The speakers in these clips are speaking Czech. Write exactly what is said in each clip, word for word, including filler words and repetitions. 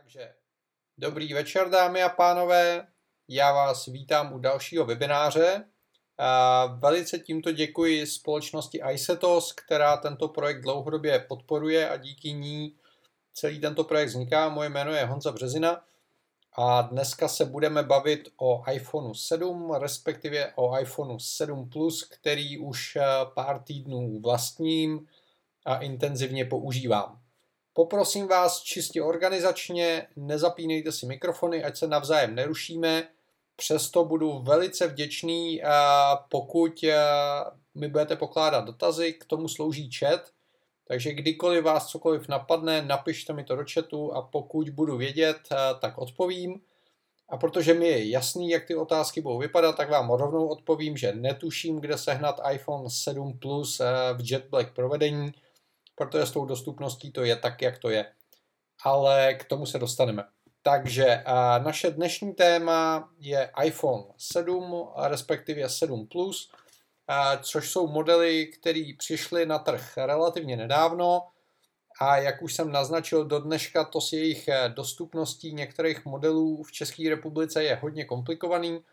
Takže dobrý večer, dámy a pánové, já vás vítám u dalšího webináře. Velice tímto děkuji společnosti iSetos, která tento projekt dlouhodobě podporuje a díky ní celý tento projekt vzniká. Moje jméno je Honza Březina a dneska se budeme bavit o iPhone sedm, respektive o iPhone sedm Plus, který už pár týdnů vlastním a intenzivně používám. Poprosím vás čistě organizačně, nezapínejte si mikrofony, ať se navzájem nerušíme. Přesto budu velice vděčný, pokud mi budete pokládat dotazy, k tomu slouží chat. Takže kdykoliv vás cokoliv napadne, napište mi to do chatu a pokud budu vědět, tak odpovím. A protože mi je jasný, jak ty otázky budou vypadat, tak vám rovnou odpovím, že netuším, kde sehnat iPhone sedm Plus v Jet Black provedení, protože s tou dostupností to je tak, jak to je. Ale k tomu se dostaneme. Takže naše dnešní téma je iPhone sedm, respektive sedm Plus, což jsou modely, které přišly na trh relativně nedávno a jak už jsem naznačil, do dneška to s jejich dostupností některých modelů v České republice je hodně komplikovaný,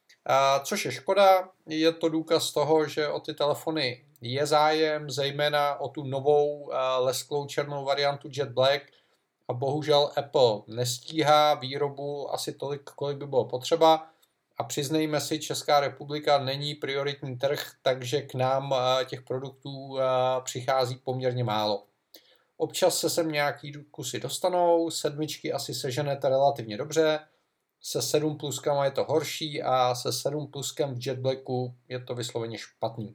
což je škoda. Je to důkaz toho, že o ty telefony je zájem, zejména o tu novou lesklou černou variantu Jet Black, a bohužel Apple nestíhá výrobu asi tolik, kolik by bylo potřeba, a přiznejme si, Česká republika není prioritní trh, takže k nám těch produktů přichází poměrně málo. Občas se sem nějaký kusy dostanou, sedmičky asi seženete relativně dobře, se sedm pluskama je to horší a se sedm pluskem v Jet Blacku je to vysloveně špatný.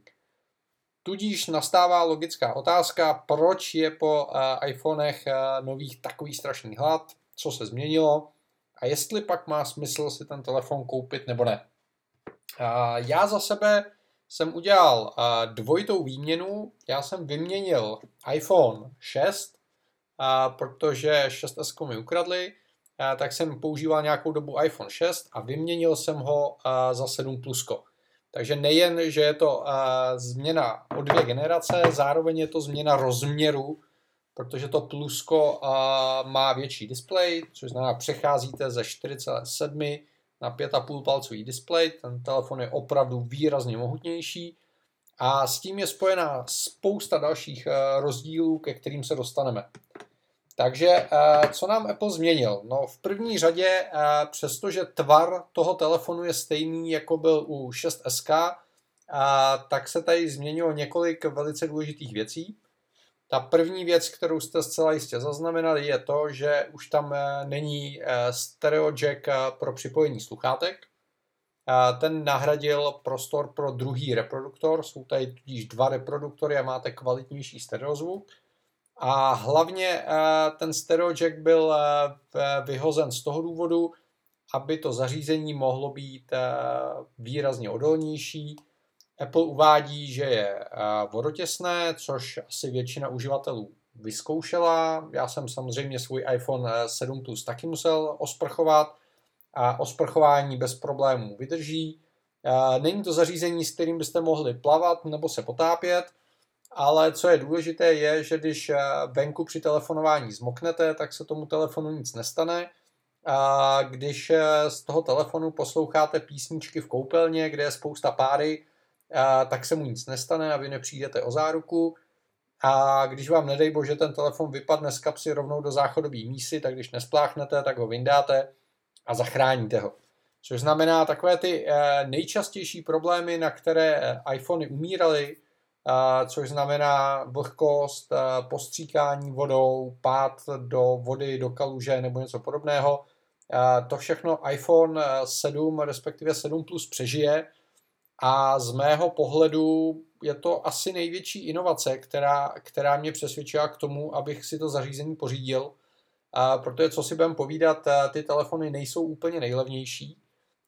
Tudíž nastává logická otázka, proč je po uh, iPhonech uh, nových takový strašný hlad, co se změnilo a jestli pak má smysl si ten telefon koupit nebo ne. Uh, já za sebe jsem udělal uh, dvojitou výměnu, já jsem vyměnil iPhone šest, uh, protože šest es mi ukradli, uh, tak jsem používal nějakou dobu iPhone šest a vyměnil jsem ho uh, za sedm plusko. Takže nejen, že je to uh, změna o dvě generace, zároveň je to změna rozměru, protože to plusko uh, má větší displej, což znamená, přecházíte ze čtyři celé sedm na pět celá pět palcový displej, ten telefon je opravdu výrazně mohutnější a s tím je spojená spousta dalších uh, rozdílů, ke kterým se dostaneme. Takže co nám Apple změnil? No, v první řadě, přestože tvar toho telefonu je stejný, jako byl u šest es, tak se tady změnilo několik velice důležitých věcí. Ta první věc, kterou jste zcela jistě zaznamenali, je to, že už tam není stereo jack pro připojení sluchátek. Ten nahradil prostor pro druhý reproduktor, jsou tady tudíž dva reproduktory a máte kvalitnější stereozvuk. A hlavně ten stereo jack byl vyhozen z toho důvodu, aby to zařízení mohlo být výrazně odolnější. Apple uvádí, že je vodotěsné, což asi většina uživatelů vyzkoušela. Já jsem samozřejmě svůj iPhone sedm Plus taky musel osprchovat a osprchování bez problémů vydrží. Není to zařízení, s kterým byste mohli plavat nebo se potápět, ale co je důležité je, že když venku při telefonování zmoknete, tak se tomu telefonu nic nestane. A když z toho telefonu posloucháte písničky v koupelně, kde je spousta páry, tak se mu nic nestane a vy nepřijdete o záruku. A když vám nedej bože ten telefon vypadne z kapsy rovnou do záchodové mísy, tak když nespláchnete, tak ho vyndáte a zachráníte ho. Což znamená takové ty nejčastější problémy, na které iPhony umíraly, Uh, což znamená vlhkost, uh, postříkání vodou, pád do vody, do kaluže nebo něco podobného. Uh, to všechno iPhone sedm, respektive sedm Plus přežije a z mého pohledu je to asi největší inovace, která, která mě přesvědčila k tomu, abych si to zařízení pořídil. Uh, protože co si budeme povídat, uh, ty telefony nejsou úplně nejlevnější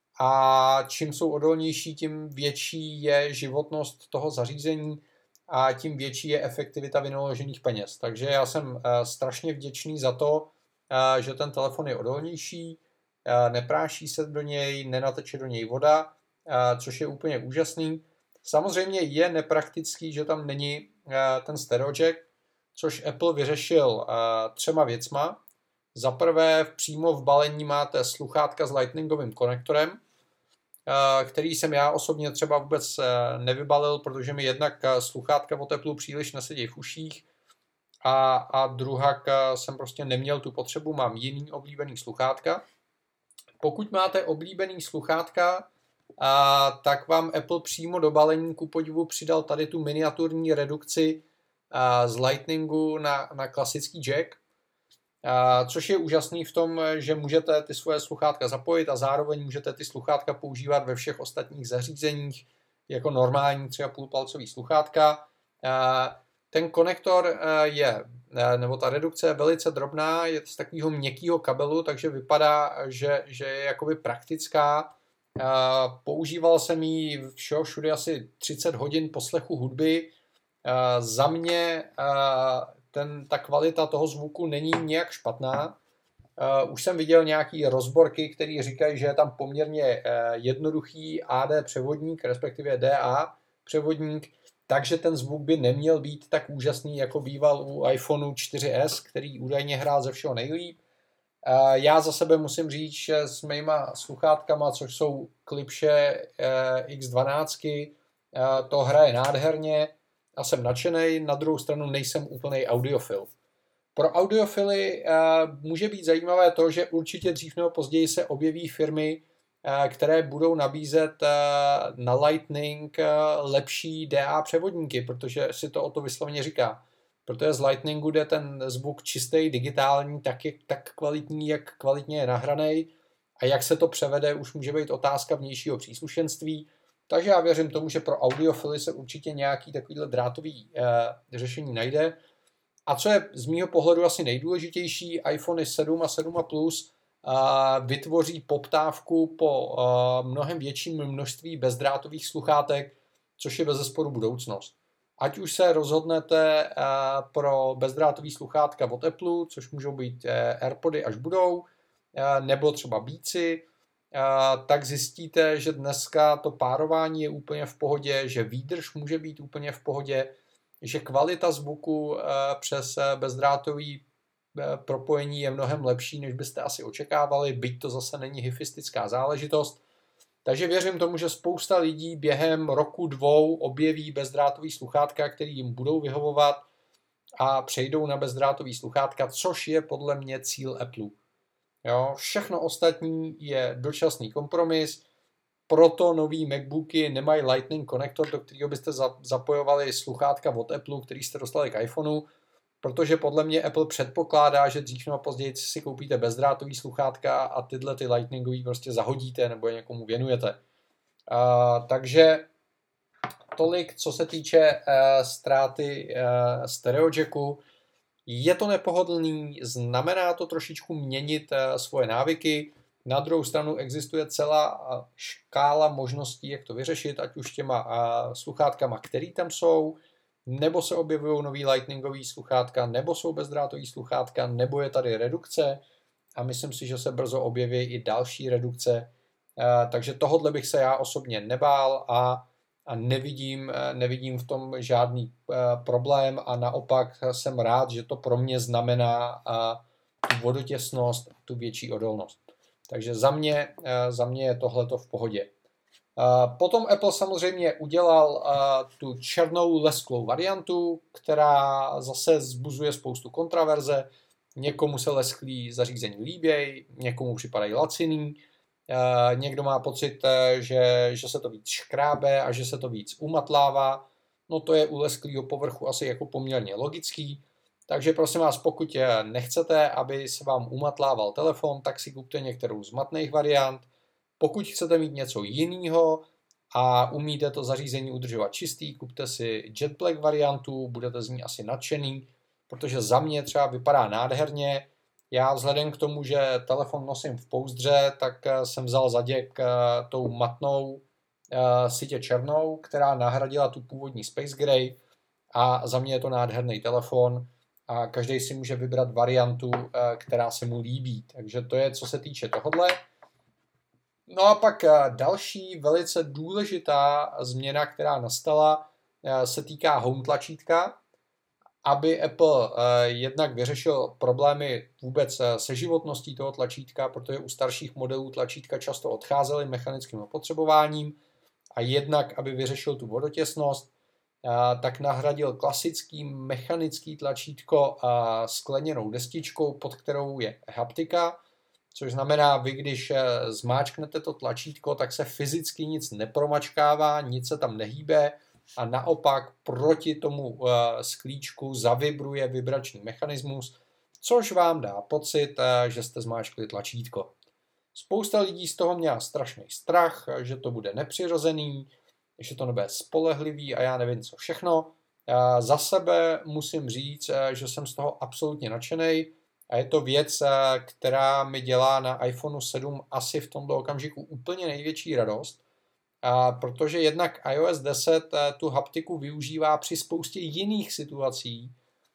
a čím jsou odolnější, tím větší je životnost toho zařízení a tím větší je efektivita vynaložených peněz. Takže já jsem strašně vděčný za to, že ten telefon je odolnější, nepráší se do něj, nenateče do něj voda, což je úplně úžasný. Samozřejmě je nepraktický, že tam není ten stereo jack, což Apple vyřešil třema věcma. Za prvé přímo v balení máte sluchátka s lightningovým konektorem, který jsem já osobně třeba vůbec nevybalil, protože mi jednak sluchátka od Apple příliš nesedí v uších a, a druhak jsem prostě neměl tu potřebu, mám jiný oblíbený sluchátka. Pokud máte oblíbený sluchátka, a, tak vám Apple přímo do balení ku podivu přidal tady tu miniaturní redukci a, z Lightningu na, na klasický jack, a, což je úžasný v tom, že můžete ty svoje sluchátka zapojit a zároveň můžete ty sluchátka používat ve všech ostatních zařízeních jako normální třeba půlpalcový sluchátka. A, ten konektor je, nebo ta redukce je velice drobná, je z takového měkkého kabelu, takže vypadá, že, že je jakoby praktická. Používal jsem ji všeho všude asi třicet hodin poslechu hudby. Za mě ten, ta kvalita toho zvuku není nějak špatná. Už jsem viděl nějaký rozborky, které říkají, že je tam poměrně jednoduchý A D převodník, respektive D A převodník, takže ten zvuk by neměl být tak úžasný, jako býval u iPhoneu čtyři es, který údajně hrál ze všeho nejlíp. Já za sebe musím říct, že s mýma sluchátkama, což jsou Klipše X dvanáct, to hraje nádherně a jsem nadšenej. Na druhou stranu nejsem úplný audiofil. Pro audiofily může být zajímavé to, že určitě dřív nebo později se objeví firmy, které budou nabízet na Lightning lepší D A převodníky, protože si to o to vysloveně říká. Protože z Lightningu jde ten zvuk čistý, digitální, tak, je, tak kvalitní, jak kvalitně je nahraný. A jak se to převede, už může být otázka vnějšího příslušenství. Takže já věřím tomu, že pro audiofily se určitě nějaký takovýhle drátový eh, řešení najde. A co je z mýho pohledu asi nejdůležitější, iPhone sedm a sedm Plus vytvoří poptávku po mnohem větším množství bezdrátových sluchátek, což je bezesporu budoucnost. Ať už se rozhodnete pro bezdrátový sluchátka od Apple, což můžou být AirPody, až budou, nebo třeba Beatsy, tak zjistíte, že dneska to párování je úplně v pohodě, že výdrž může být úplně v pohodě, že kvalita zvuku přes bezdrátový propojení je mnohem lepší, než byste asi očekávali, byť to zase není hifistická záležitost. Takže věřím tomu, že spousta lidí během roku, dvou objeví bezdrátový sluchátka, který jim budou vyhovovat a přejdou na bezdrátový sluchátka, což je podle mě cíl Apple. Jo, všechno ostatní je dočasný kompromis, proto nový MacBooky nemají Lightning konektor, do kterého byste zapojovali sluchátka od Apple, který jste dostali k iPhoneu, protože podle mě Apple předpokládá, že dřív nebo později si koupíte bezdrátový sluchátka a tyhle ty lightningový prostě zahodíte nebo je někomu věnujete. Uh, takže tolik, co se týče uh, ztráty uh, stereo jacku. Je to nepohodlný, znamená to trošičku měnit uh, svoje návyky. Na druhou stranu existuje celá uh, škála možností, jak to vyřešit, ať už těma uh, sluchátkama, který tam jsou, nebo se objevují nový lightningový sluchátka, nebo jsou bezdrátový sluchátka, nebo je tady redukce a myslím si, že se brzo objeví i další redukce. Takže tohodle bych se já osobně nebál a, a nevidím, nevidím v tom žádný problém a naopak jsem rád, že to pro mě znamená tu vodotěsnost a tu větší odolnost. Takže za mě, za mě je tohleto v pohodě. Potom Apple samozřejmě udělal tu černou lesklou variantu, která zase zbuzuje spoustu kontraverze. Někomu se lesklý zařízení líbějí, někomu připadají laciný, někdo má pocit, že, že se to víc škrábe a že se to víc umatlává. No to je u lesklého povrchu asi jako poměrně logický. Takže prosím vás, pokud nechcete, aby se vám umatlával telefon, tak si kupte některou z matných variant. Pokud chcete mít něco jiného a umíte to zařízení udržovat čistý, kupte si Jet Black variantu, budete z ní asi nadšený, protože za mě třeba vypadá nádherně. Já vzhledem k tomu, že telefon nosím v pouzdře, tak jsem vzal za děk tou matnou sitě černou, která nahradila tu původní Space Gray a za mě je to nádherný telefon a každý si může vybrat variantu, která se mu líbí. Takže to je, co se týče tohodle. No a pak další velice důležitá změna, která nastala, se týká home tlačítka. aby Apple jednak vyřešil problémy vůbec se životností toho tlačítka, protože u starších modelů tlačítka často odcházely mechanickým opotřebováním, a jednak, aby vyřešil tu vodotěsnost, tak nahradil klasický mechanický tlačítko skleněnou destičkou, pod kterou je haptika, což znamená, vy když zmáčknete to tlačítko, tak se fyzicky nic nepromačkává, nic se tam nehýbe a naopak proti tomu sklíčku zavibruje vibrační mechanismus, což vám dá pocit, že jste zmáčkli tlačítko. Spousta lidí z toho měla strašný strach, že to bude nepřirozený, že to nebude spolehlivý a já nevím co všechno. Za sebe musím říct, že jsem z toho absolutně nadšenej a je to věc, která mi dělá na iPhone sedm asi v tomto okamžiku úplně největší radost, protože jednak iOS deset tu haptiku využívá při spoustě jiných situací,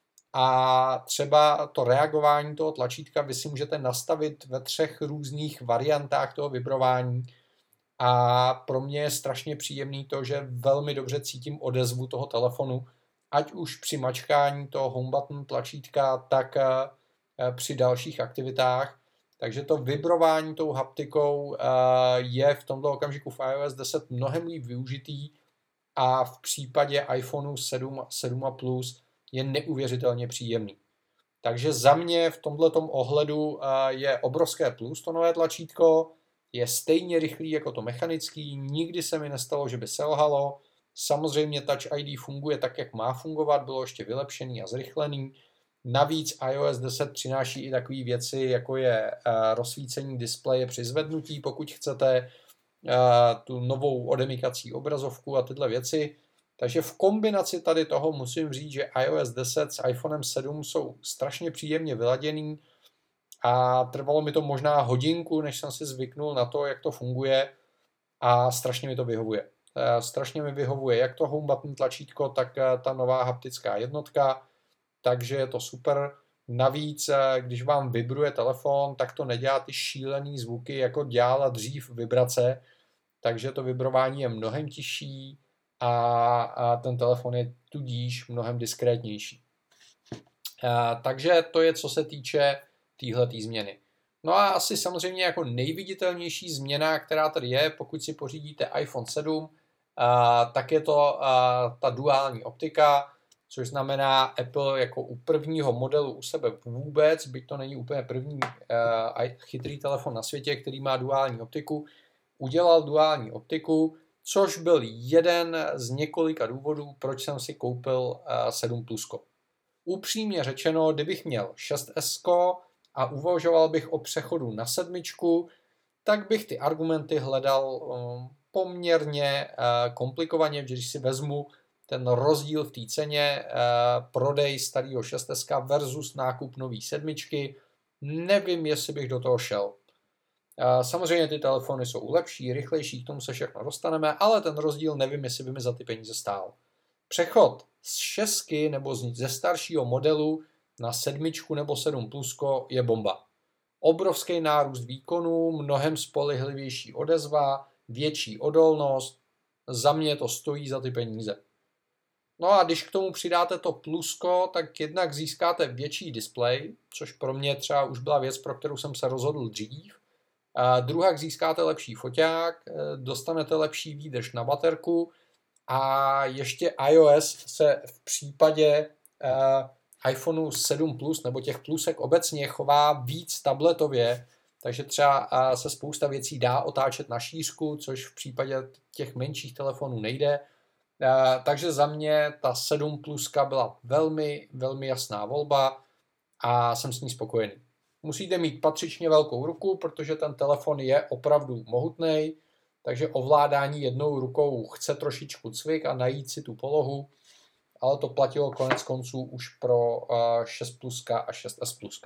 a třeba to reagování toho tlačítka vy si můžete nastavit ve třech různých variantách toho vibrování a pro mě je strašně příjemný to, že velmi dobře cítím odezvu toho telefonu, ať už při mačkání toho home button tlačítka, tak při dalších aktivitách. Takže to vibrování tou haptikou je v tomto okamžiku v iOS deset mnohem líp využitý a v případě iPhone sedm, sedm plus je neuvěřitelně příjemný. Takže za mě v tomhletom ohledu je obrovské plus to nové tlačítko, je stejně rychlý jako to mechanický, nikdy se mi nestalo, že by selhalo. Samozřejmě Touch I D funguje tak, jak má fungovat, bylo ještě vylepšený a zrychlený. Navíc iOS deset přináší i takové věci, jako je rozsvícení displeje při zvednutí, pokud chcete, tu novou odemykací obrazovku a tyhle věci. Takže v kombinaci tady toho musím říct, že iOS deset s iPhonem sedm jsou strašně příjemně vyladěný a trvalo mi to možná hodinku, než jsem si zvyknul na to, jak to funguje a strašně mi to vyhovuje. Strašně mi vyhovuje jak to home button tlačítko, tak ta nová haptická jednotka, takže je to super. Navíc, když vám vibruje telefon, tak to nedělá ty šílený zvuky, jako dělala dřív vibrace, takže to vibrování je mnohem tižší a, a ten telefon je tudíž mnohem diskrétnější. A, takže to je, co se týče téhletý změny. No a asi samozřejmě jako nejviditelnější změna, která tady je, pokud si pořídíte iPhone sedm, a, tak je to a, ta duální optika, což znamená Apple jako u prvního modelu u sebe vůbec, byť to není úplně první a, chytrý telefon na světě, který má duální optiku, udělal duální optiku, což byl jeden z několika důvodů, proč jsem si koupil sedm plus. Upřímně řečeno, kdybych měl šest S a uvažoval bych o přechodu na sedmičku, tak bych ty argumenty hledal poměrně komplikovaně, když si vezmu ten rozdíl v té ceně, prodej starého šest S versus nákup nový sedmičky, nevím, jestli bych do toho šel. Samozřejmě ty telefony jsou lepší, rychlejší, k tomu se všechno dostaneme, ale ten rozdíl nevím, jestli by mi za ty peníze stál. Přechod z šestky nebo ze staršího modelu na sedmičku nebo sedm plus je bomba. Obrovský nárůst výkonů, mnohem spolehlivější odezva, větší odolnost, za mě to stojí za ty peníze. No a když k tomu přidáte to plusko, tak jednak získáte větší displej, což pro mě třeba už byla věc, pro kterou jsem se rozhodl dřív. A druhak získáte lepší foťák, dostanete lepší výdrž na baterku a ještě iOS se v případě uh, iPhoneu sedm plus nebo těch plusek obecně chová víc tabletově, takže třeba uh, se spousta věcí dá otáčet na šířku, což v případě těch menších telefonů nejde. Uh, takže za mě ta sedm pluska byla velmi, velmi jasná volba a jsem s ní spokojený. Musíte mít patřičně velkou ruku, protože ten telefon je opravdu mohutný, takže ovládání jednou rukou chce trošičku cvik a najít si tu polohu, ale to platilo konec konců už pro šest plus a šest S plus.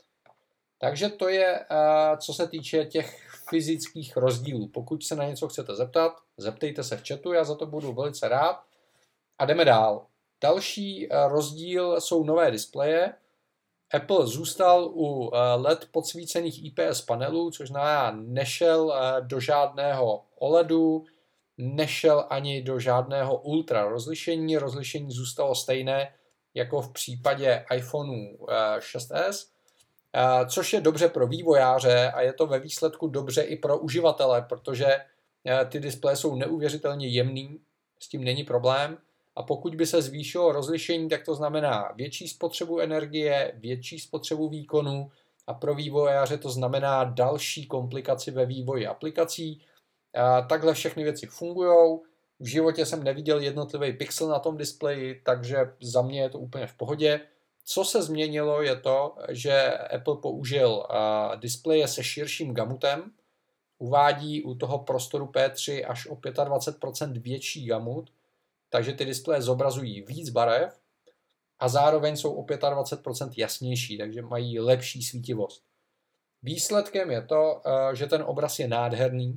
Takže to je, co se týče těch fyzických rozdílů. Pokud se na něco chcete zeptat, zeptejte se v chatu, já za to budu velice rád. A jdeme dál. Další rozdíl jsou nové displeje. Apple zůstal u L E D podsvícených I P S panelů, což znamená nešel do žádného OLEDu, nešel ani do žádného ultra rozlišení, rozlišení zůstalo stejné, jako v případě iPhoneu šest es, což je dobře pro vývojáře a je to ve výsledku dobře i pro uživatele, protože ty displeje jsou neuvěřitelně jemný, s tím není problém. A pokud by se zvýšilo rozlišení, tak to znamená větší spotřebu energie, větší spotřebu výkonu a pro vývojáře to znamená další komplikaci ve vývoji aplikací. A takhle všechny věci fungují. V životě jsem neviděl jednotlivý pixel na tom displeji, takže za mě je to úplně v pohodě. Co se změnilo je to, že Apple použil displeje se širším gamutem, uvádí u toho prostoru P tři až o dvacet pět procent větší gamut, takže ty displeje zobrazují víc barev a zároveň jsou o dvacet pět procent jasnější, takže mají lepší svítivost. Výsledkem je to, že ten obraz je nádherný,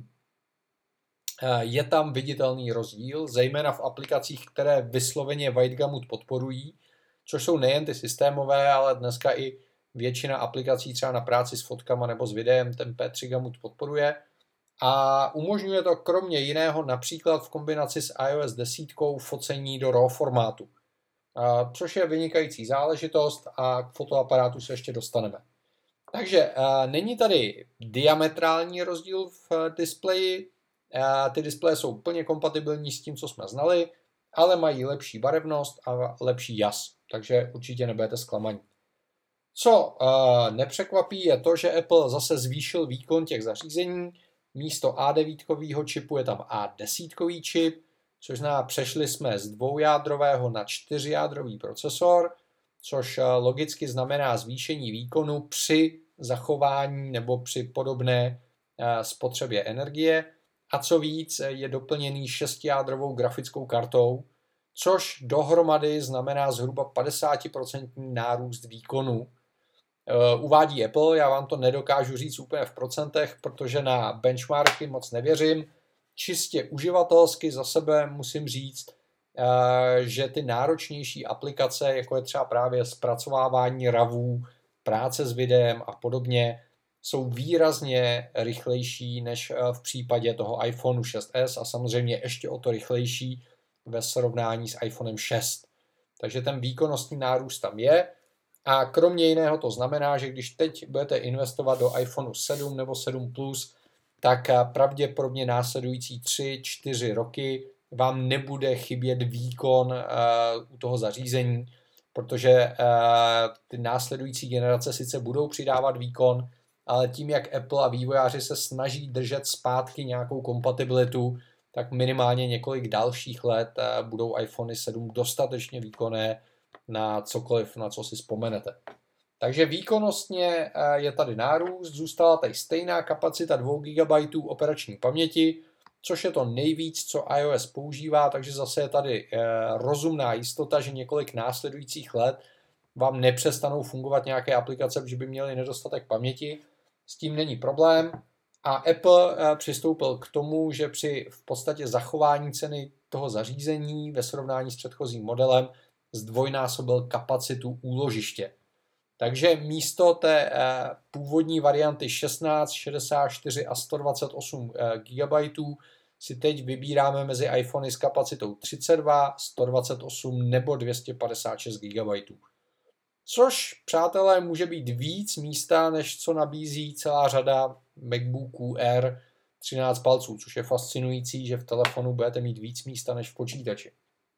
je tam viditelný rozdíl, zejména v aplikacích, které vysloveně white gamut podporují, což jsou nejen ty systémové, ale dneska i většina aplikací třeba na práci s fotkama nebo s videem ten P tři gamut podporuje. A umožňuje to kromě jiného například v kombinaci s iOS deset focení do RAW formátu, což je vynikající záležitost a k fotoaparátu se ještě dostaneme. Takže není tady diametrální rozdíl v displeji, ty displeje jsou plně kompatibilní s tím, co jsme znali, ale mají lepší barevnost a lepší jas, takže určitě nebudete zklamaní. Co nepřekvapí je to, že Apple zase zvýšil výkon těch zařízení. Místo A devět čipu je tam A deset čip, což znamená, přešli jsme z dvoujádrového na čtyřjádrový procesor, což logicky znamená zvýšení výkonu při zachování nebo při podobné spotřebě energie. A co víc, je doplněný šestijádrovou grafickou kartou, což dohromady znamená zhruba padesát procent nárůst výkonu. Uvádí Apple, já vám to nedokážu říct úplně v procentech, protože na benchmarky moc nevěřím. Čistě uživatelsky za sebe musím říct, že ty náročnější aplikace, jako je třeba právě zpracovávání ravů, práce s videem a podobně, jsou výrazně rychlejší než v případě toho iPhoneu šest es a samozřejmě ještě o to rychlejší ve srovnání s iPhonem šest. Takže ten výkonnostní nárůst tam je. A kromě jiného to znamená, že když teď budete investovat do iPhoneu sedm nebo sedm plus, tak pravděpodobně následující tři čtyři roky vám nebude chybět výkon uh, u toho zařízení, protože uh, ty následující generace sice budou přidávat výkon, ale tím, jak Apple a vývojáři se snaží držet zpátky nějakou kompatibilitu, tak minimálně několik dalších let uh, budou iPhony sedm dostatečně výkonné na cokoliv, na co si vzpomenete. Takže výkonnostně je tady nárůst, zůstala tady stejná kapacita dvě gigabajtů operační paměti, což je to nejvíc, co iOS používá, takže zase je tady rozumná jistota, že několik následujících let vám nepřestanou fungovat nějaké aplikace, že by měly nedostatek paměti. S tím není problém. A Apple přistoupil k tomu, že při v podstatě zachování ceny toho zařízení ve srovnání s předchozím modelem zdvojnásobil kapacitu úložiště. Takže místo té původní varianty šestnáct, šedesát čtyři a sto dvacet osm gigabajtů si teď vybíráme mezi iPhony s kapacitou třicet dva, sto dvacet osm nebo dvě stě padesát šest gigabajtů. Což, přátelé, může být víc místa, než co nabízí celá řada MacBooků Air třináct palců, což je fascinující, že v telefonu budete mít víc místa než v počítači.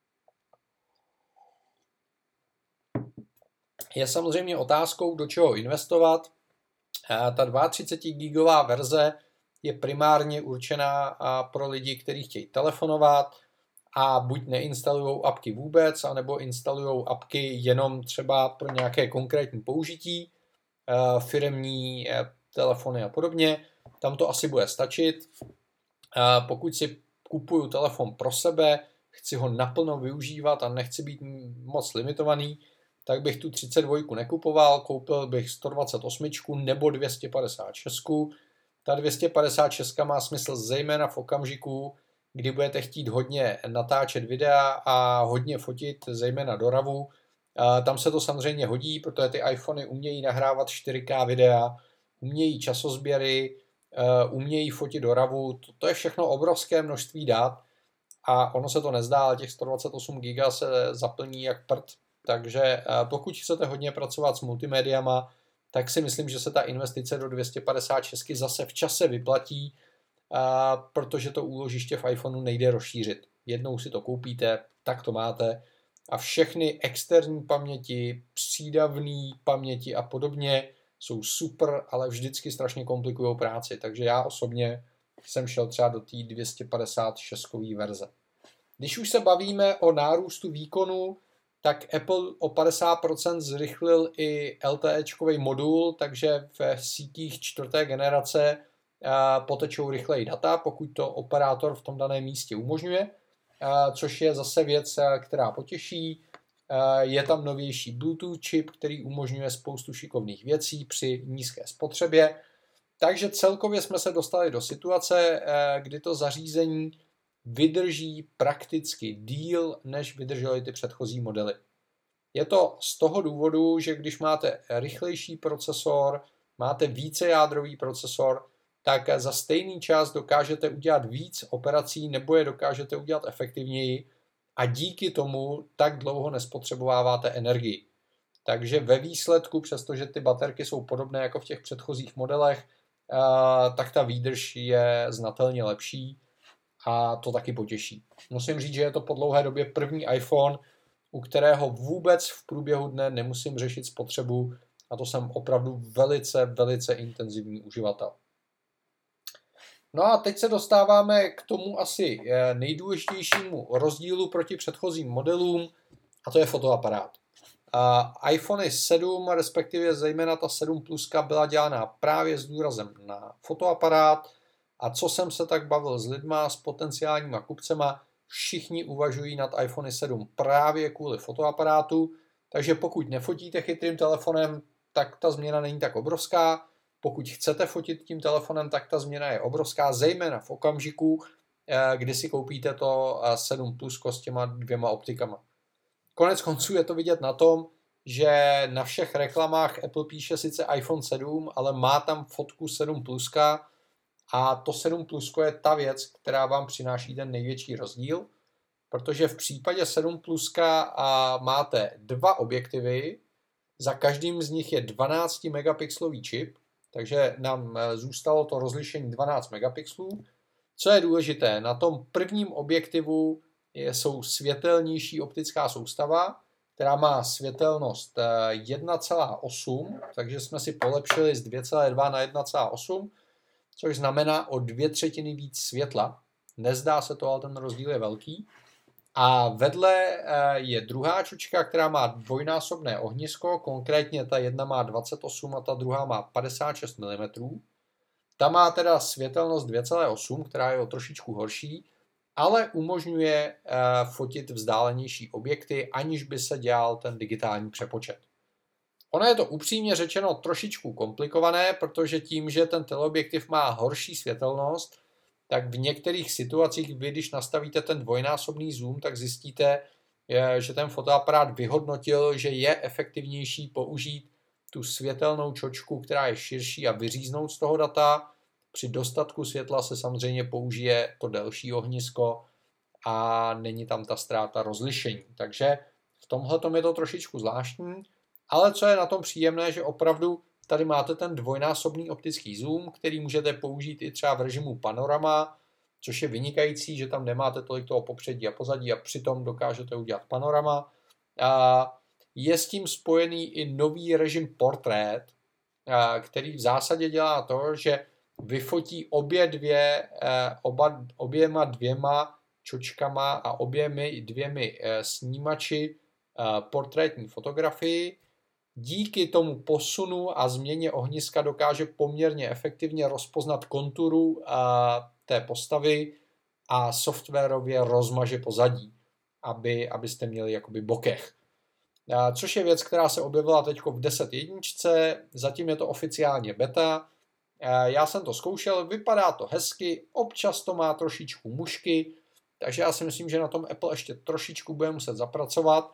Je samozřejmě otázkou, do čeho investovat. Ta třicet dva gigová verze je primárně určená pro lidi, kteří chtějí telefonovat a buď neinstalují apky vůbec, anebo instalují apky jenom třeba pro nějaké konkrétní použití, firemní telefony a podobně. Tam to asi bude stačit. Pokud si kupuju telefon pro sebe, chci ho naplno využívat a nechci být moc limitovaný, tak bych tu třicet dva nekupoval, koupil bych sto dvacet osm nebo dvě stě padesát šest. Ta dvě stě padesát šest má smysl zejména v okamžiku, kdy budete chtít hodně natáčet videa a hodně fotit, zejména do ravu. Tam se to samozřejmě hodí, protože ty iPhony umějí nahrávat čtyři ká videa, umějí časozběry, umějí fotit do ravu. To, to je všechno obrovské množství dat a ono se to nezdá, ale těch sto dvacet osm giga se zaplní jak prd. takže pokud chcete hodně pracovat s multimédiama, tak si myslím, že se ta investice do dvě stě padesát šest zase v čase vyplatí, protože to úložiště v iPhoneu nejde rozšířit. Jednou si to koupíte, tak to máte a všechny externí paměti, přídavné paměti a podobně jsou super, ale vždycky strašně komplikují práci, takže já osobně jsem šel třeba do té dvě stě padesát šest verze. Když už se bavíme o nárůstu výkonu, tak Apple o padesát procent zrychlil i L T E-čkový modul, takže v sítích čtvrté generace potečou rychleji data, pokud to operátor v tom daném místě umožňuje, což je zase věc, která potěší. Je tam novější Bluetooth čip, který umožňuje spoustu šikovných věcí při nízké spotřebě. Takže celkově jsme se dostali do situace, kdy to zařízení vydrží prakticky díl, než vydržely ty předchozí modely. Je to z toho důvodu, že když máte rychlejší procesor, máte vícejádrový procesor, tak za stejný čas dokážete udělat víc operací nebo je dokážete udělat efektivněji a díky tomu tak dlouho nespotřebováváte energii. Takže ve výsledku, přestože ty baterky jsou podobné jako v těch předchozích modelech, tak ta výdrž je znatelně lepší a to taky potěší. Musím říct, že je to po dlouhé době první iPhone, u kterého vůbec v průběhu dne nemusím řešit spotřebu a to jsem opravdu velice, velice intenzivní uživatel. No a teď se dostáváme k tomu asi nejdůležitějšímu rozdílu proti předchozím modelům a to je fotoaparát. Uh, iPhone sedm, respektive zejména ta sedm pluska byla dělána právě s důrazem na fotoaparát a co jsem se tak bavil s lidma, s potenciálníma kupcema, všichni uvažují nad iPhone sedm právě kvůli fotoaparátu, takže pokud nefotíte chytrým telefonem, tak ta změna není tak obrovská. Pokud chcete fotit tím telefonem, tak ta změna je obrovská, zejména v okamžiku, kdy si koupíte to sedm plusko s těma dvěma optikama. Konec konců je to vidět na tom, že na všech reklamách Apple píše sice iPhone sedm, ale má tam fotku sedm pluska a to sedm plusko je ta věc, která vám přináší ten největší rozdíl, protože v případě sedm pluska máte dva objektivy, za každým z nich je dvanáct megapixelový čip, takže nám zůstalo to rozlišení dvanáct megapixelů. Co je důležité, na tom prvním objektivu jsou světelnější optická soustava, která má světelnost jedna celá osm, takže jsme si polepšili z dvě celá dva na jedna celá osm, což znamená o dvě třetiny víc světla. Nezdá se to, ale ten rozdíl je velký. A vedle je druhá čočka, která má dvojnásobné ohnisko, konkrétně ta jedna má dvacet osm a ta druhá má padesát šest milimetrů. Ta má teda světelnost dvě celá osm, která je o trošičku horší, ale umožňuje fotit vzdálenější objekty, aniž by se dělal ten digitální přepočet. Ono je to upřímně řečeno trošičku komplikované, protože tím, že ten teleobjektiv má horší světelnost, tak v některých situacích vy, když nastavíte ten dvojnásobný zoom, tak zjistíte, že ten fotoaparát vyhodnotil, že je efektivnější použít tu světelnou čočku, která je širší a vyříznout z toho data. Při dostatku světla se samozřejmě použije to delší ohnisko a není tam ta ztráta rozlišení. Takže v tomhletom je to trošičku zvláštní, ale co je na tom příjemné, že opravdu tady máte ten dvojnásobný optický zoom, který můžete použít i třeba v režimu panorama, což je vynikající, že tam nemáte tolik toho popředí a pozadí a přitom dokážete udělat panorama. A je s tím spojený i nový režim portrét, který v zásadě dělá to, že vyfotí obě dvě, oba, oběma dvěma čočkama a oběmi dvěmi snímači portrétní fotografii. Díky tomu posunu a změně ohniska dokáže poměrně efektivně rozpoznat konturu té postavy a softwarově rozmaže pozadí, aby, abyste měli jakoby bokeh. Což je věc, která se objevila teď v deset jedna, zatím je to oficiálně beta. Já jsem to zkoušel, vypadá to hezky, občas to má trošičku mušky, takže já si myslím, že na tom Apple ještě trošičku bude muset zapracovat,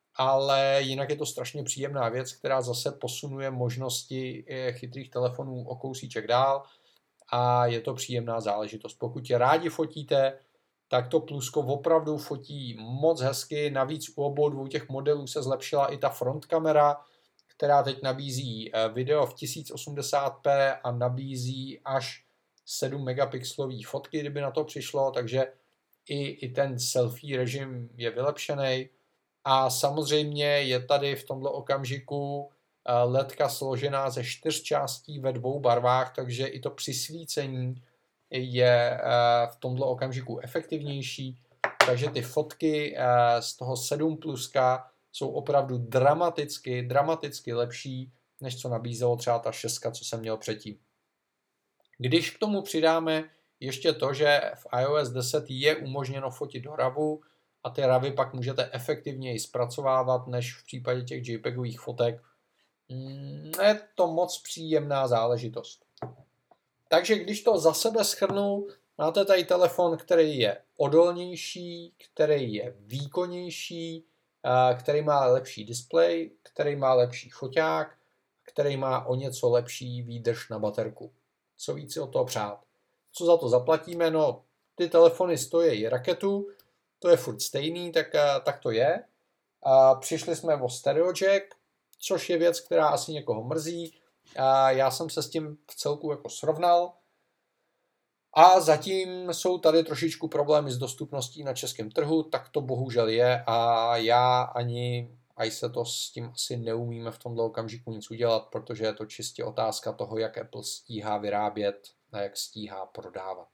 ale jinak je to strašně příjemná věc, která zase posunuje možnosti chytrých telefonů o kousíček dál a je to příjemná záležitost. Pokud rádi fotíte, tak to plusko opravdu fotí moc hezky. Navíc u obou dvou těch modelů se zlepšila i ta front kamera, která teď nabízí video v tisíc osmdesát p a nabízí až sedm megapixelový fotky, kdyby na to přišlo, takže i, i ten selfie režim je vylepšený. A samozřejmě je tady v tomto okamžiku ledka složená ze čtyř částí ve dvou barvách, takže i to přisvícení je v tomto okamžiku efektivnější. Takže ty fotky z toho sedm pluska jsou opravdu dramaticky, dramaticky lepší, než co nabízelo třeba ta šestka, co jsem měl předtím. Když k tomu přidáme ještě to, že v i O S deset je umožněno fotit do ravu a ty ravy pak můžete efektivněji zpracovávat než v případě těch JPEGových fotek, je to moc příjemná záležitost. Takže když to za sebe shrnu, máte tady telefon, který je odolnější, který je výkonnější, který má lepší displej, který má lepší foťák, který má o něco lepší výdrž na baterku. Co víc si od toho přát. Co za to zaplatíme? No, ty telefony stojí raketu, to je furt stejný, tak, tak to je. A přišli jsme o stereo jack, což je věc, která asi někoho mrzí. A já jsem se s tím v celku jako srovnal. A zatím jsou tady trošičku problémy s dostupností na českém trhu, tak to bohužel je a já ani iSetos s tím asi neumíme v tomto okamžiku nic udělat, protože je to čistě otázka toho, jak Apple stíhá vyrábět a jak stíhá prodávat.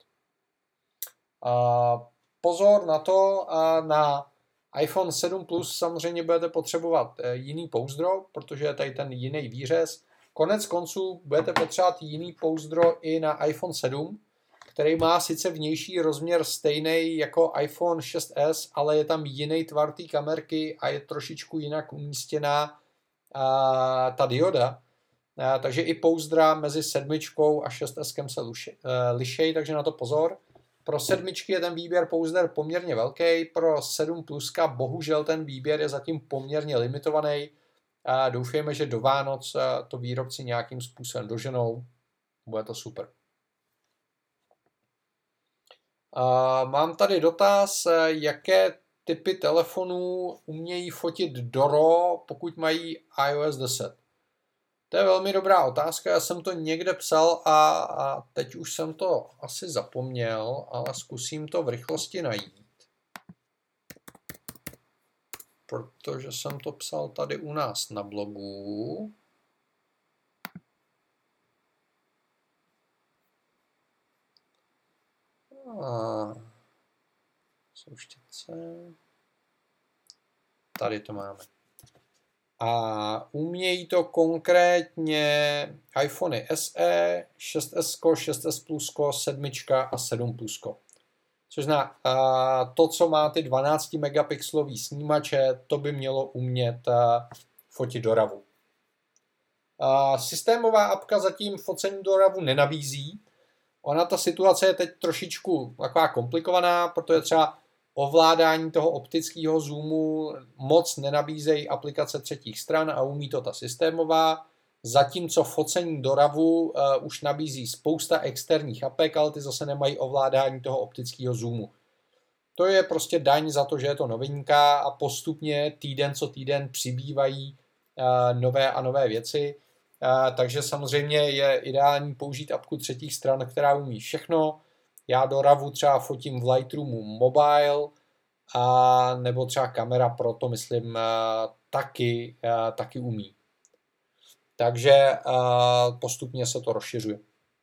A pozor na to, a na iPhone sedm Plus samozřejmě budete potřebovat jiný pouzdro, protože je tady ten jiný výřez. Konec konců budete potřebovat jiný pouzdro i na iPhone sedm, který má sice vnější rozměr stejný jako iPhone šest es, ale je tam jiný tvar té kamerky a je trošičku jinak umístěná a, ta dioda. A, takže i pouzdra mezi sedmičkou a šest eskem se lišejí, takže na to pozor. Pro sedmičky je ten výběr pouzder poměrně velký, pro sedm pluska bohužel ten výběr je zatím poměrně limitovaný. A doufejme, že do Vánoc to výrobci nějakým způsobem doženou. Bude to super. A mám tady dotaz, jaké typy telefonů umějí fotit do RAW, pokud mají i O S deset. To je velmi dobrá otázka, já jsem to někde psal a, a teď už jsem to asi zapomněl, ale zkusím to v rychlosti najít. Protože jsem to psal tady u nás na blogu. A souštětce. Tady to máme. A umějí to konkrétně iPhony S E, šest es, šest es Plus, sedm a sedm Plus. Což znamená, to, co má ty dvanáct megapixelový snímače, to by mělo umět fotit do ravu. Systémová apka zatím focení do ravu nenabízí. Ona, ta situace je teď trošičku taková komplikovaná, protože třeba ovládání toho optického zoomu moc nenabízejí aplikace třetích stran a umí to ta systémová, zatímco focení do ravu uh, už nabízí spousta externích apek, ale ty zase nemají ovládání toho optického zoomu. To je prostě daň za to, že je to novinka a postupně týden co týden přibývají uh, nové a nové věci. Uh, takže samozřejmě je ideální použít apku třetích stran, která umí všechno. Já do ravu třeba fotím v Lightroomu mobile, a nebo třeba kamera pro to, myslím, uh, taky, uh, taky umí. Takže uh, postupně se to rozšiřuje.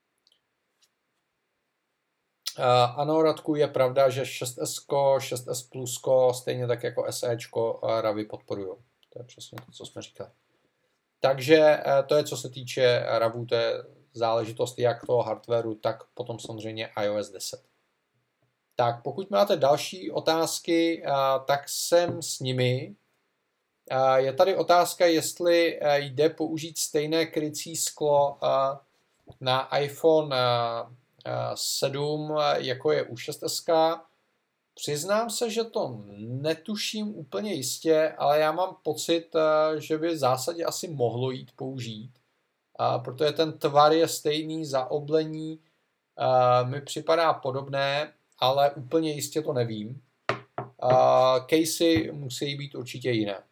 Uh, ano, Radku, je pravda, že šest es, šest es Plus, stejně tak jako SEčko, uh, ravy podporují. To je přesně to, co jsme říkali. Takže uh, to je, co se týče ravů, to je záležitost jak toho hardwareu, tak potom samozřejmě i O S deset. Tak pokud máte další otázky, tak jsem s nimi. Je tady otázka, jestli jde použít stejné krycí sklo na iPhone sedm, jako je u šest es. Přiznám se, že to netuším úplně jistě, ale já mám pocit, že by v zásadě asi mohlo jít použít. A protože ten tvar je stejný, zaoblení mi připadá podobné ale úplně jistě to nevím. Uh, casey musí být určitě jiné.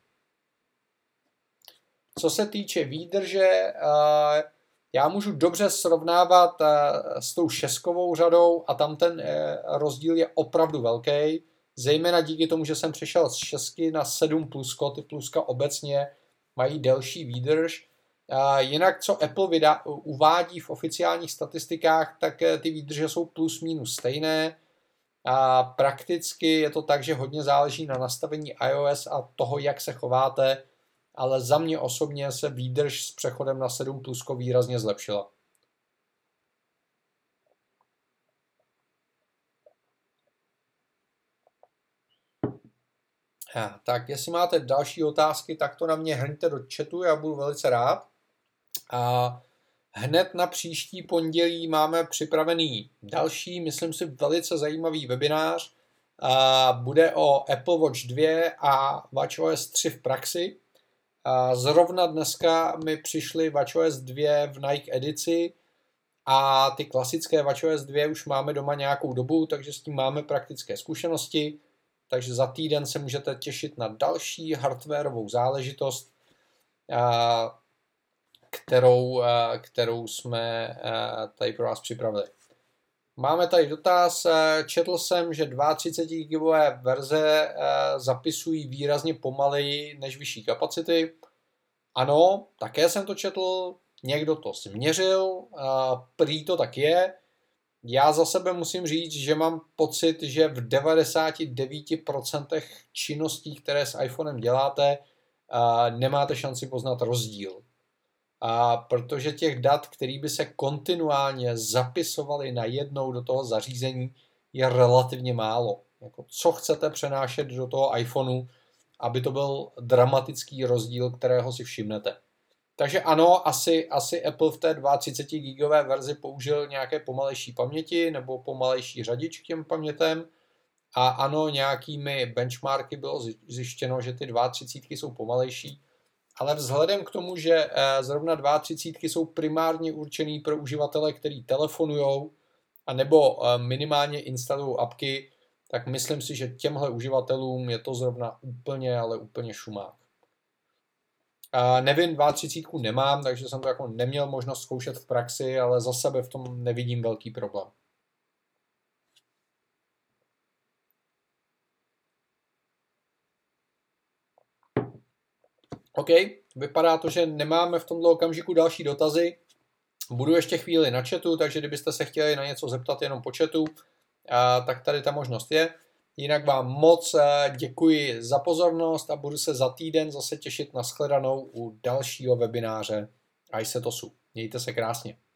Co se týče výdrže, uh, já můžu dobře srovnávat uh, s tou šestkovou řadou a tam ten uh, rozdíl je opravdu velký, zejména díky tomu, že jsem přešel z šestky na sedm plusko, ty pluska obecně mají delší výdrž. Uh, jinak, co Apple vydá, uvádí v oficiálních statistikách, tak uh, ty výdrže jsou plus minus stejné. A prakticky je to tak, že hodně záleží na nastavení iOS a toho, jak se chováte, ale za mě osobně se výdrž s přechodem na sedm plusko výrazně zlepšila. Ha, tak jestli máte další otázky, tak to na mě hrňte do chatu, já budu velice rád. A hned na příští pondělí máme připravený další, myslím si, velice zajímavý webinář. A bude o Apple Watch dva a watchOS tři v praxi. A zrovna dneska mi přišly watchOS dva v Nike edici a ty klasické watchOS dva už máme doma nějakou dobu, takže s tím máme praktické zkušenosti. Takže za týden se můžete těšit na další hardwarovou záležitost, kterou, kterou jsme tady pro vás připravili. Máme tady dotaz. Četl jsem, že třicet dva gigabové verze zapisují výrazně pomaleji než vyšší kapacity. Ano, také jsem to četl, někdo to změřil, prý to tak je. Já za sebe musím říct, že mám pocit, že v devadesát devět procent činností, které s iPhonem děláte, nemáte šanci poznat rozdíl. A protože těch dat, které by se kontinuálně zapisovaly najednou do toho zařízení, je relativně málo. Jako, co chcete přenášet do toho iPhoneu, aby to byl dramatický rozdíl, kterého si všimnete. Takže ano, asi, asi Apple v té třicet dva gigové verzi použil nějaké pomalejší paměti nebo pomalejší řadič k těm pamětem. A ano, nějakými benchmarky bylo zjištěno, že ty třicet dva jsou pomalejší. Ale vzhledem k tomu, že zrovna třicet dva jsou primárně určený pro uživatele, kteří telefonujou a nebo minimálně instalují apky, tak myslím si, že těmhle uživatelům je to zrovna úplně, ale úplně šumák. A nevím, třicet dva nemám, takže jsem to jako neměl možnost zkoušet v praxi, ale za sebe v tom nevidím velký problém. OK, vypadá to, že nemáme v tomto okamžiku další dotazy. Budu ještě chvíli na chatu, takže kdybyste se chtěli na něco zeptat jenom po chatu, tak tady ta možnost je. Jinak vám moc děkuji za pozornost a budu se za týden zase těšit na shledanou u dalšího webináře iSetosu. Mějte se krásně.